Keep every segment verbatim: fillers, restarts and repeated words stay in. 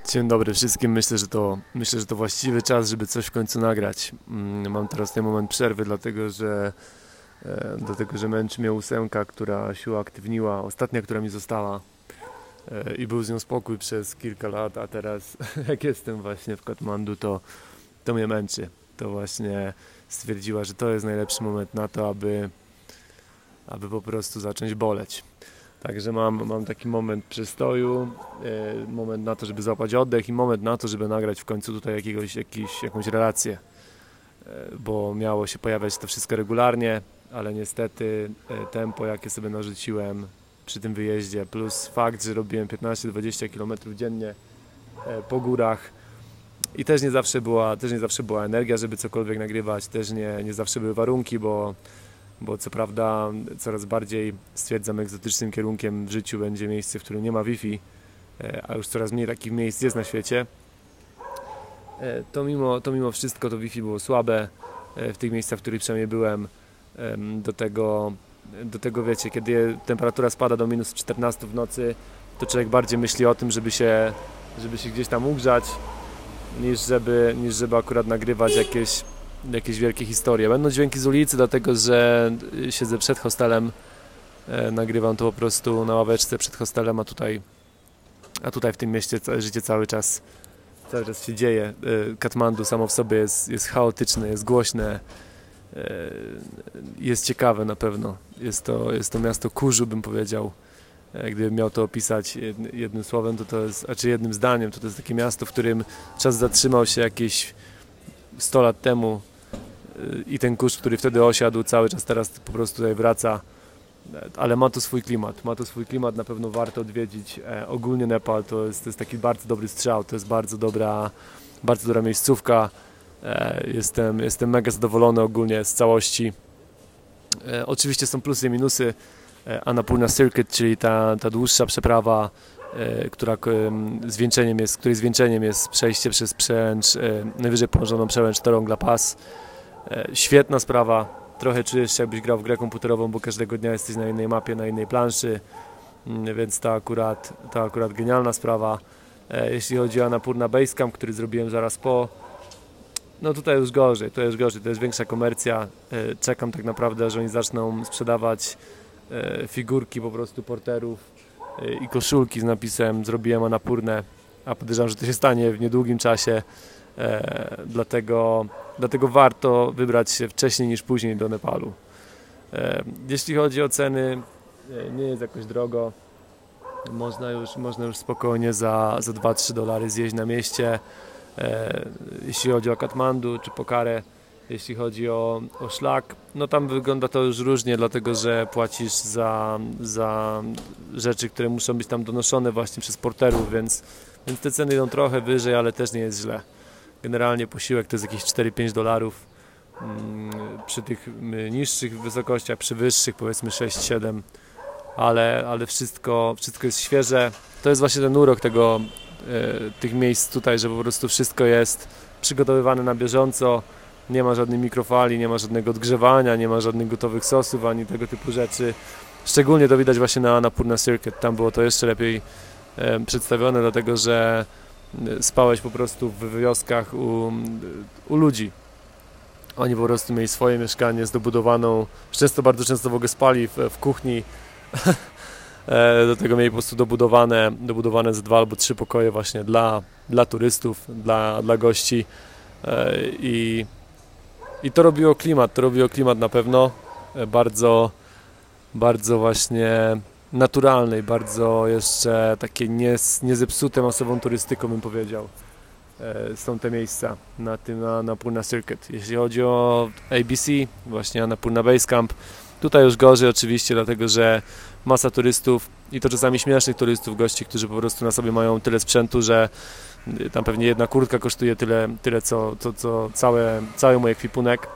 Dzień dobry wszystkim. Myślę, że to, myślę, że to właściwy czas, żeby coś w końcu nagrać. Mam teraz ten moment przerwy, dlatego że, e, dlatego, że męczy mnie ósemka, która się uaktywniła, ostatnia, która mi została e, i był z nią spokój przez kilka lat, a teraz jak jestem właśnie w Katmandu, to, to mnie męczy. To właśnie stwierdziła, że to jest najlepszy moment na to, aby, aby po prostu zacząć boleć. Także mam, mam taki moment przystoju, e, moment na to, żeby złapać oddech i moment na to, żeby nagrać w końcu tutaj jakiegoś, jakiś, jakąś relację, e, bo miało się pojawiać to wszystko regularnie, ale niestety e, tempo, jakie sobie narzuciłem przy tym wyjeździe, plus fakt, że robiłem piętnaście do dwudziestu kilometrów dziennie e, po górach i też nie zawsze była, też nie zawsze była energia, żeby cokolwiek nagrywać, też nie, nie zawsze były warunki, bo bo co prawda coraz bardziej stwierdzam, egzotycznym kierunkiem w życiu będzie miejsce, w którym nie ma Wi-Fi, a już coraz mniej takich miejsc jest na świecie. To mimo, to mimo wszystko to Wi-Fi było słabe w tych miejscach, w których przynajmniej byłem. Do tego, do tego wiecie, kiedy temperatura spada do minus czternaście w nocy, to człowiek bardziej myśli o tym, żeby się, żeby się gdzieś tam ugrzać, niż żeby, niż żeby akurat nagrywać jakieś jakieś wielkie historie. Będą dźwięki z ulicy, dlatego że siedzę przed hostelem, e, nagrywam to po prostu na ławeczce przed hostelem, a tutaj, a tutaj w tym mieście całe życie cały czas, cały czas się dzieje. E, Katmandu samo w sobie jest, jest chaotyczne, jest głośne, e, jest ciekawe na pewno. Jest to, jest to miasto kurzu, bym powiedział. E, gdybym miał to opisać jednym słowem, to to jest, znaczy jednym zdaniem, to to jest takie miasto, w którym czas zatrzymał się jakieś sto lat temu i ten kurz, który wtedy osiadł, cały czas teraz po prostu tutaj wraca, ale ma to swój klimat, ma to swój klimat, na pewno warto odwiedzić. E, ogólnie Nepal to jest, to jest taki bardzo dobry strzał, to jest bardzo dobra, bardzo dobra miejscówka, e, jestem, jestem mega zadowolony ogólnie z całości. E, oczywiście są plusy i minusy. e, Annapurna Circuit, czyli ta, ta dłuższa przeprawa, E, która e, zwieńczeniem jest, której zwieńczeniem jest przejście przez przełęcz, e, najwyżej położoną przełęcz Torongla Pass. E, świetna sprawa, trochę czujesz się, jakbyś grał w grę komputerową, bo każdego dnia jesteś na innej mapie, na innej planszy, mm, więc to akurat, to akurat genialna sprawa. E, jeśli chodzi o Annapurna Basecamp, który zrobiłem zaraz po, no tutaj już gorzej, to już gorzej, to jest większa komercja. E, czekam tak naprawdę, że oni zaczną sprzedawać e, figurki po prostu porterów i koszulki z napisem "Zrobiłem Annapurnę", a podejrzewam, że to się stanie w niedługim czasie, e, dlatego, dlatego warto wybrać się wcześniej niż później do Nepalu. E, jeśli chodzi o ceny, e, nie jest jakoś drogo, można już, można już spokojnie za, za dwa trzy dolary zjeść na mieście, e, jeśli chodzi o Katmandu czy Pokharę. Jeśli chodzi o, o szlak, no tam wygląda to już różnie, dlatego że płacisz za, za rzeczy, które muszą być tam donoszone właśnie przez porterów, więc, więc te ceny idą trochę wyżej, ale też nie jest źle. Generalnie posiłek to jest jakieś cztery pięć dolarów, hmm, przy tych niższych wysokościach, przy wyższych powiedzmy sześć siedem, ale, ale wszystko, wszystko jest świeże. To jest właśnie ten urok tego, e, tych miejsc tutaj, że po prostu wszystko jest przygotowywane na bieżąco. Nie ma żadnej mikrofali, nie ma żadnego odgrzewania, nie ma żadnych gotowych sosów, ani tego typu rzeczy. Szczególnie to widać właśnie na Annapurna Circuit, tam było to jeszcze lepiej e, przedstawione, dlatego że spałeś po prostu w wioskach u, u ludzi. Oni po prostu mieli swoje mieszkanie z dobudowaną, często, bardzo często w ogóle spali w, w kuchni. e, do tego mieli po prostu dobudowane, dobudowane ze dwa albo trzy pokoje właśnie dla, dla turystów, dla, dla gości. E, i I to robiło klimat, to robiło klimat na pewno bardzo, bardzo właśnie naturalny, bardzo jeszcze takie nie, niezepsute masową turystyką, bym powiedział. E, są te miejsca na tym na Annapurna Circuit. Jeśli chodzi o A B C, właśnie Annapurna Basecamp, tutaj już gorzej oczywiście, dlatego że masa turystów i to czasami śmiesznych turystów, gości, którzy po prostu na sobie mają tyle sprzętu, że tam pewnie jedna kurtka kosztuje tyle, tyle co, co, co całe, cały mój ekwipunek.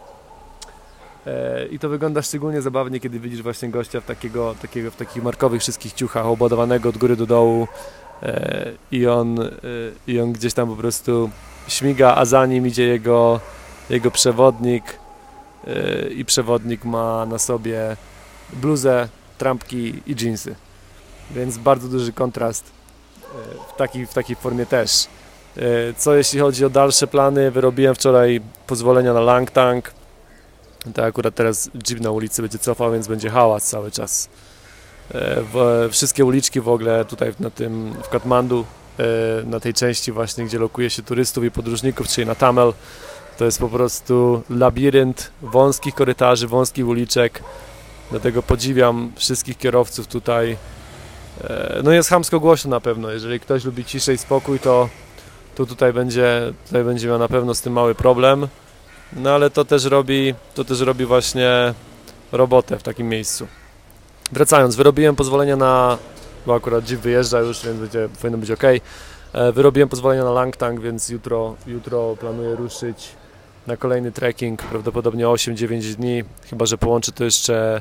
E, I to wygląda szczególnie zabawnie, kiedy widzisz właśnie gościa w, takiego, takiego, w takich markowych wszystkich ciuchach, obudowanego od góry do dołu e, i, on, e, i on gdzieś tam po prostu śmiga, a za nim idzie jego, jego przewodnik e, i przewodnik ma na sobie bluzę, trampki i dżinsy. Więc bardzo duży kontrast w takiej, w takiej formie też. Co jeśli chodzi o dalsze plany, wyrobiłem wczoraj pozwolenia na Langtang. To akurat teraz jeep na ulicy będzie cofał, więc będzie hałas cały czas. W, wszystkie uliczki w ogóle tutaj na tym, w Katmandu, na tej części właśnie, gdzie lokuje się turystów i podróżników, czyli na Tamel, to jest po prostu labirynt wąskich korytarzy, wąskich uliczek. Dlatego podziwiam wszystkich kierowców tutaj. No jest chamsko głośno na pewno. Jeżeli ktoś lubi ciszę i spokój, to, to tutaj będzie, tutaj będzie miał na pewno z tym mały problem. No ale to też robi, to też robi właśnie robotę w takim miejscu. Wracając, wyrobiłem pozwolenia na, bo akurat jeep wyjeżdża już, więc będzie, powinno być ok. Wyrobiłem pozwolenia na Langtang, więc jutro, jutro planuję ruszyć na kolejny trekking, prawdopodobnie osiem dziewięć dni, chyba że połączę to jeszcze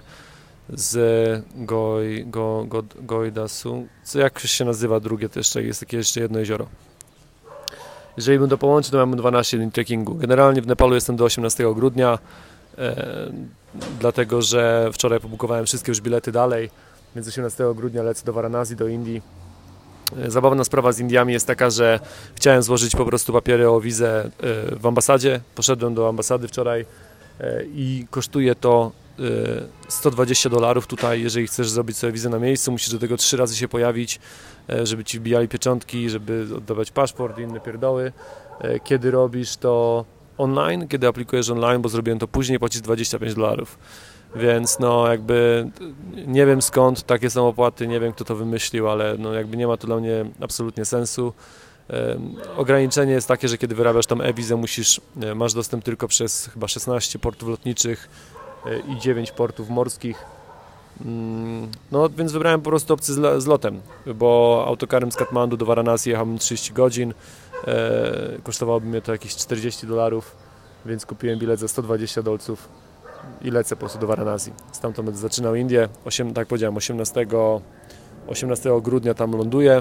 z Goj, Go, Go, Gojdasu, co jak się nazywa drugie, to jeszcze jest takie jeszcze jedno jezioro. Jeżeli bym to połączył, to mam dwanaście dni trekkingu. Generalnie w Nepalu jestem do osiemnastego grudnia, e, dlatego że wczoraj publikowałem wszystkie już bilety dalej, więc osiemnastego grudnia lecę do Varanasi, do Indii. Zabawna sprawa z Indiami jest taka, że chciałem złożyć po prostu papiery o wizę w ambasadzie. Poszedłem do ambasady wczoraj i kosztuje to sto dwadzieścia dolarów tutaj. Jeżeli chcesz zrobić sobie wizę na miejscu, musisz do tego trzy razy się pojawić, żeby ci wbijali pieczątki, żeby oddawać paszport i inne pierdoły. Kiedy robisz to online, kiedy aplikujesz online, bo zrobiłem to później, płacisz dwadzieścia pięć dolarów. Więc no jakby nie wiem skąd takie są opłaty, nie wiem kto to wymyślił, ale no jakby nie ma to dla mnie absolutnie sensu. Um, ograniczenie jest takie, że kiedy wyrabiasz tam e-wizę, musisz, masz dostęp tylko przez chyba szesnaście portów lotniczych i dziewięć portów morskich. Um, no więc wybrałem po prostu opcję z, z lotem, bo autokarem z Katmandu do Varanasi jechałem trzydzieści godzin, e, kosztowałoby mnie to jakieś czterdzieści dolarów, więc kupiłem bilet za sto dwadzieścia dolców. I lecę po prostu do Varanasi. Stamtąd będę zaczynał Indię. osiem, tak jak powiedziałem, osiemnastego grudnia tam ląduję.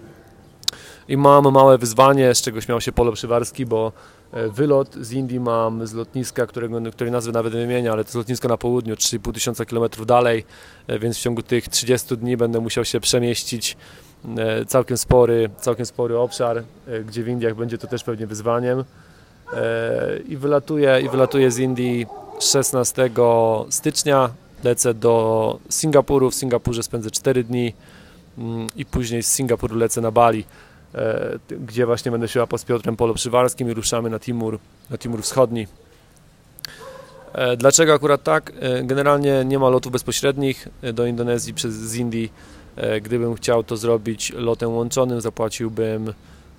I mam małe wyzwanie, z czego śmiał się Polo Przywarski, bo wylot z Indii mam z lotniska, którego, której nazwy nawet nie wymienię, ale to jest lotnisko na południu, trzy i pół tysiąca kilometrów dalej, więc w ciągu tych trzydziestu dni będę musiał się przemieścić całkiem spory, całkiem spory obszar, gdzie w Indiach będzie to też pewnie wyzwaniem. I wylatuję, i wylatuję z Indii szesnastego stycznia, lecę do Singapuru, w Singapurze spędzę cztery dni i później z Singapuru lecę na Bali, gdzie właśnie będę się łapał z Piotrem Polo Przywarskim i ruszamy na Timur, na Timur Wschodni. Dlaczego akurat tak? Generalnie nie ma lotów bezpośrednich do Indonezji przez, z Indii. Gdybym chciał to zrobić lotem łączonym, zapłaciłbym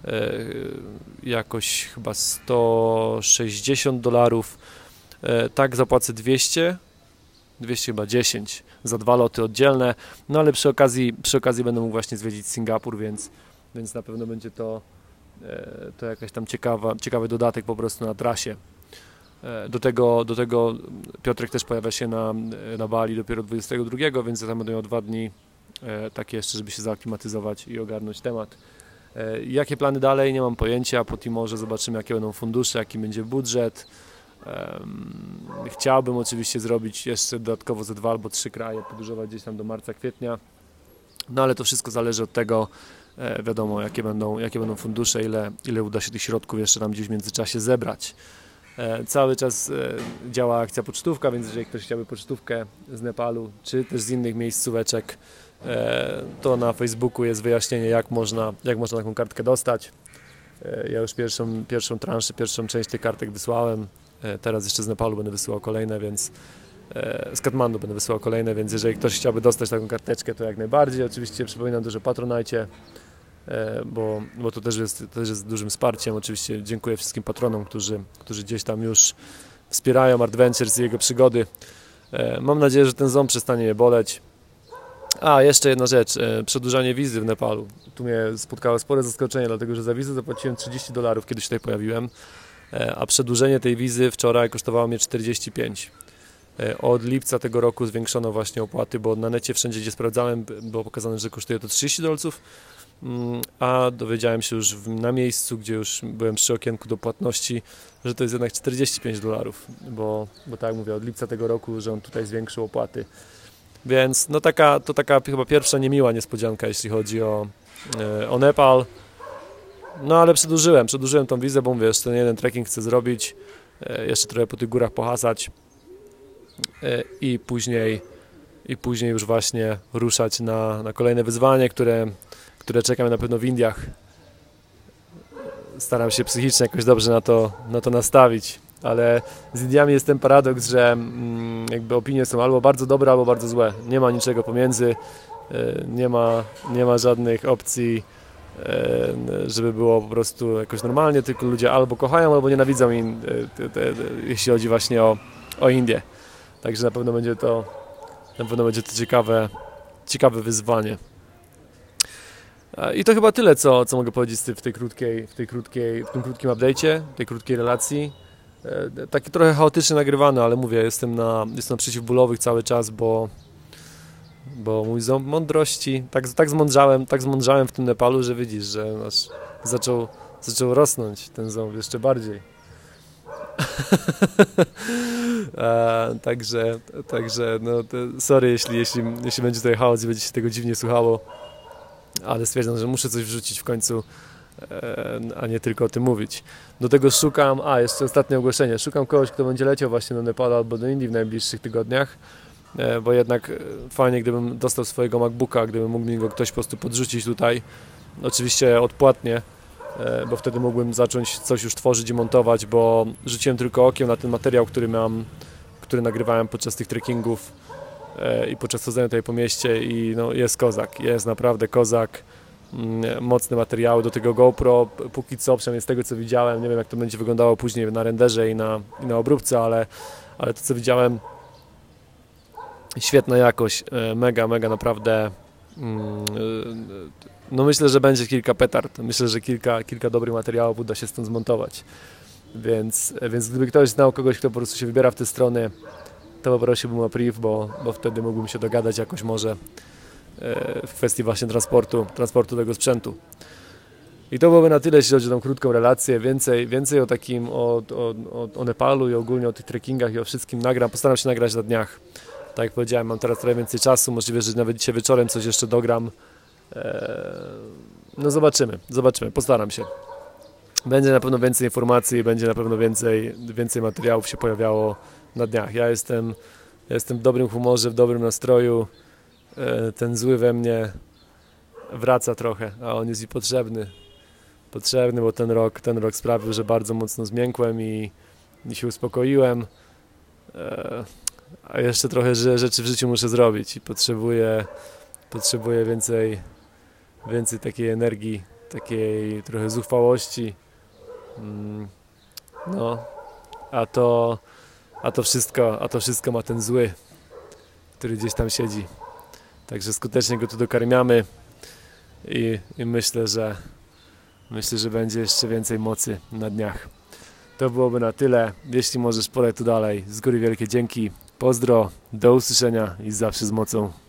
jakoś chyba sto sześćdziesiąt dolarów. Tak zapłacę dwieście, dwieście chyba dziesięć za dwa loty oddzielne, no ale przy okazji, przy okazji będę mógł właśnie zwiedzić Singapur, więc, więc na pewno będzie to, to jakaś tam ciekawa, ciekawy dodatek po prostu na trasie. Do tego, do tego Piotrek też pojawia się na, na Bali dopiero dwudziestego drugiego, więc ja tam będę miał dwa dni takie jeszcze, żeby się zaaklimatyzować i ogarnąć temat. Jakie plany dalej? Nie mam pojęcia. Po Timorze zobaczymy, jakie będą fundusze, jaki będzie budżet. Chciałbym oczywiście zrobić jeszcze dodatkowo ze dwa albo trzy kraje, podróżować gdzieś tam do marca, kwietnia. No ale to wszystko zależy od tego, wiadomo, jakie będą, jakie będą fundusze, ile, ile uda się tych środków jeszcze nam gdzieś w międzyczasie zebrać. Cały czas działa akcja pocztówka, więc jeżeli ktoś chciałby pocztówkę z Nepalu, czy też z innych miejscóweczek, to na Facebooku jest wyjaśnienie, jak można, jak można taką kartkę dostać. Ja już pierwszą, pierwszą transzę, pierwszą część tych kartek wysłałem. Teraz jeszcze z Nepalu będę wysyłał kolejne, więc z Katmandu będę wysyłał kolejne, więc jeżeli ktoś chciałby dostać taką karteczkę, to jak najbardziej. Oczywiście przypominam też o Patronite, bo, bo to też jest, to też jest dużym wsparciem. Oczywiście dziękuję wszystkim patronom, którzy, którzy gdzieś tam już wspierają Adventures i jego przygody. Mam nadzieję, że ten ząb przestanie je boleć. A, jeszcze jedna rzecz, przedłużanie wizy w Nepalu. Tu mnie spotkało spore zaskoczenie, dlatego że za wizę zapłaciłem trzydzieści dolarów, kiedy się tutaj pojawiłem, a przedłużenie tej wizy wczoraj kosztowało mnie czterdzieści pięć. Od lipca tego roku zwiększono właśnie opłaty, bo na necie wszędzie, gdzie sprawdzałem, było pokazane, że kosztuje to trzydzieści dolców, a dowiedziałem się już na miejscu, gdzie już byłem przy okienku do płatności, że to jest jednak czterdzieści pięć dolarów, bo, bo tak jak mówię, od lipca tego roku, że on tutaj zwiększył opłaty. Więc no taka, to taka chyba pierwsza niemiła niespodzianka, jeśli chodzi o, o Nepal. No ale przedłużyłem, przedłużyłem tą wizę, bo mówię, jeszcze ten jeden trekking chcę zrobić, jeszcze trochę po tych górach pohasać i później, i później już właśnie ruszać na, na kolejne wyzwanie, które, które czeka mnie na pewno w Indiach. Staram się psychicznie jakoś dobrze na to, na to nastawić, ale z Indiami jest ten paradoks, że mm, jakby opinie są albo bardzo dobre, albo bardzo złe. Nie ma niczego pomiędzy, nie ma, nie ma żadnych opcji, żeby było po prostu jakoś normalnie, tylko ludzie albo kochają, albo nienawidzą, in, te, te, te, jeśli chodzi właśnie o, o Indię. Także na pewno będzie to, na pewno będzie to ciekawe, ciekawe wyzwanie. I to chyba tyle, co, co mogę powiedzieć w tej krótkiej, w tej krótkiej, w tym krótkim update'cie, w tej krótkiej relacji. Taki trochę chaotycznie nagrywany, ale mówię, jestem na, jestem na przeciwbólowych cały czas, bo bo mój ząb mądrości, tak, tak zmądrzałem, tak zmądrzałem w tym Nepalu, że widzisz, że aż zaczął, zaczął rosnąć ten ząb jeszcze bardziej. e, także, także, no, to sorry, jeśli, jeśli, jeśli będzie tutaj chaos i będzie się tego dziwnie słuchało, ale stwierdzam, że muszę coś wrzucić w końcu, e, a nie tylko o tym mówić. Do tego szukam, a jeszcze ostatnie ogłoszenie, szukam kogoś, kto będzie leciał właśnie do Nepalu albo do Indii w najbliższych tygodniach, bo jednak fajnie, gdybym dostał swojego MacBooka, gdyby mógł mi go ktoś po prostu podrzucić tutaj, oczywiście odpłatnie, bo wtedy mógłbym zacząć coś już tworzyć i montować, bo rzuciłem tylko okiem na ten materiał, który mam, który nagrywałem podczas tych trekkingów i podczas chodzenia tutaj po mieście i no, jest kozak, jest naprawdę kozak, mocne materiały, do tego GoPro, póki co, przynajmniej z tego co widziałem, nie wiem jak to będzie wyglądało później na renderze i na, i na obróbce, ale, ale to co widziałem, świetna jakość, mega, mega naprawdę, no myślę, że będzie kilka petard, myślę, że kilka, kilka dobrych materiałów uda się stąd zmontować, więc, więc gdyby ktoś znał kogoś, kto po prostu się wybiera w te strony, to poprosiłbym o priv, bo, bo wtedy mógłbym się dogadać jakoś może w kwestii właśnie transportu, transportu tego sprzętu. I to byłoby na tyle, jeśli chodzi o tą krótką relację. Więcej, więcej o takim, o, o, o, o Nepalu i ogólnie o tych trekkingach i o wszystkim nagram. Postaram się nagrać na dniach. Tak jak powiedziałem, mam teraz trochę więcej czasu, możliwe, że nawet dzisiaj wieczorem coś jeszcze dogram. Eee, no zobaczymy, zobaczymy, postaram się. Będzie na pewno więcej informacji, będzie na pewno więcej, więcej materiałów się pojawiało na dniach. Ja jestem, ja jestem w dobrym humorze, w dobrym nastroju. Eee, ten zły we mnie wraca trochę, a on jest i potrzebny. Potrzebny, bo ten rok, ten rok sprawił, że bardzo mocno zmiękłem i, i się uspokoiłem. Eee, A jeszcze trochę rzeczy w życiu muszę zrobić i potrzebuję, potrzebuję więcej, więcej takiej energii, takiej trochę zuchwałości. No, a to, a to wszystko, a to wszystko ma ten zły, który gdzieś tam siedzi. Także skutecznie go tu dokarmiamy i, i myślę, że myślę, że będzie jeszcze więcej mocy na dniach. To byłoby na tyle. Jeśli możesz, poleć tu dalej. Z góry wielkie dzięki. Pozdro, do usłyszenia i zawsze z mocą.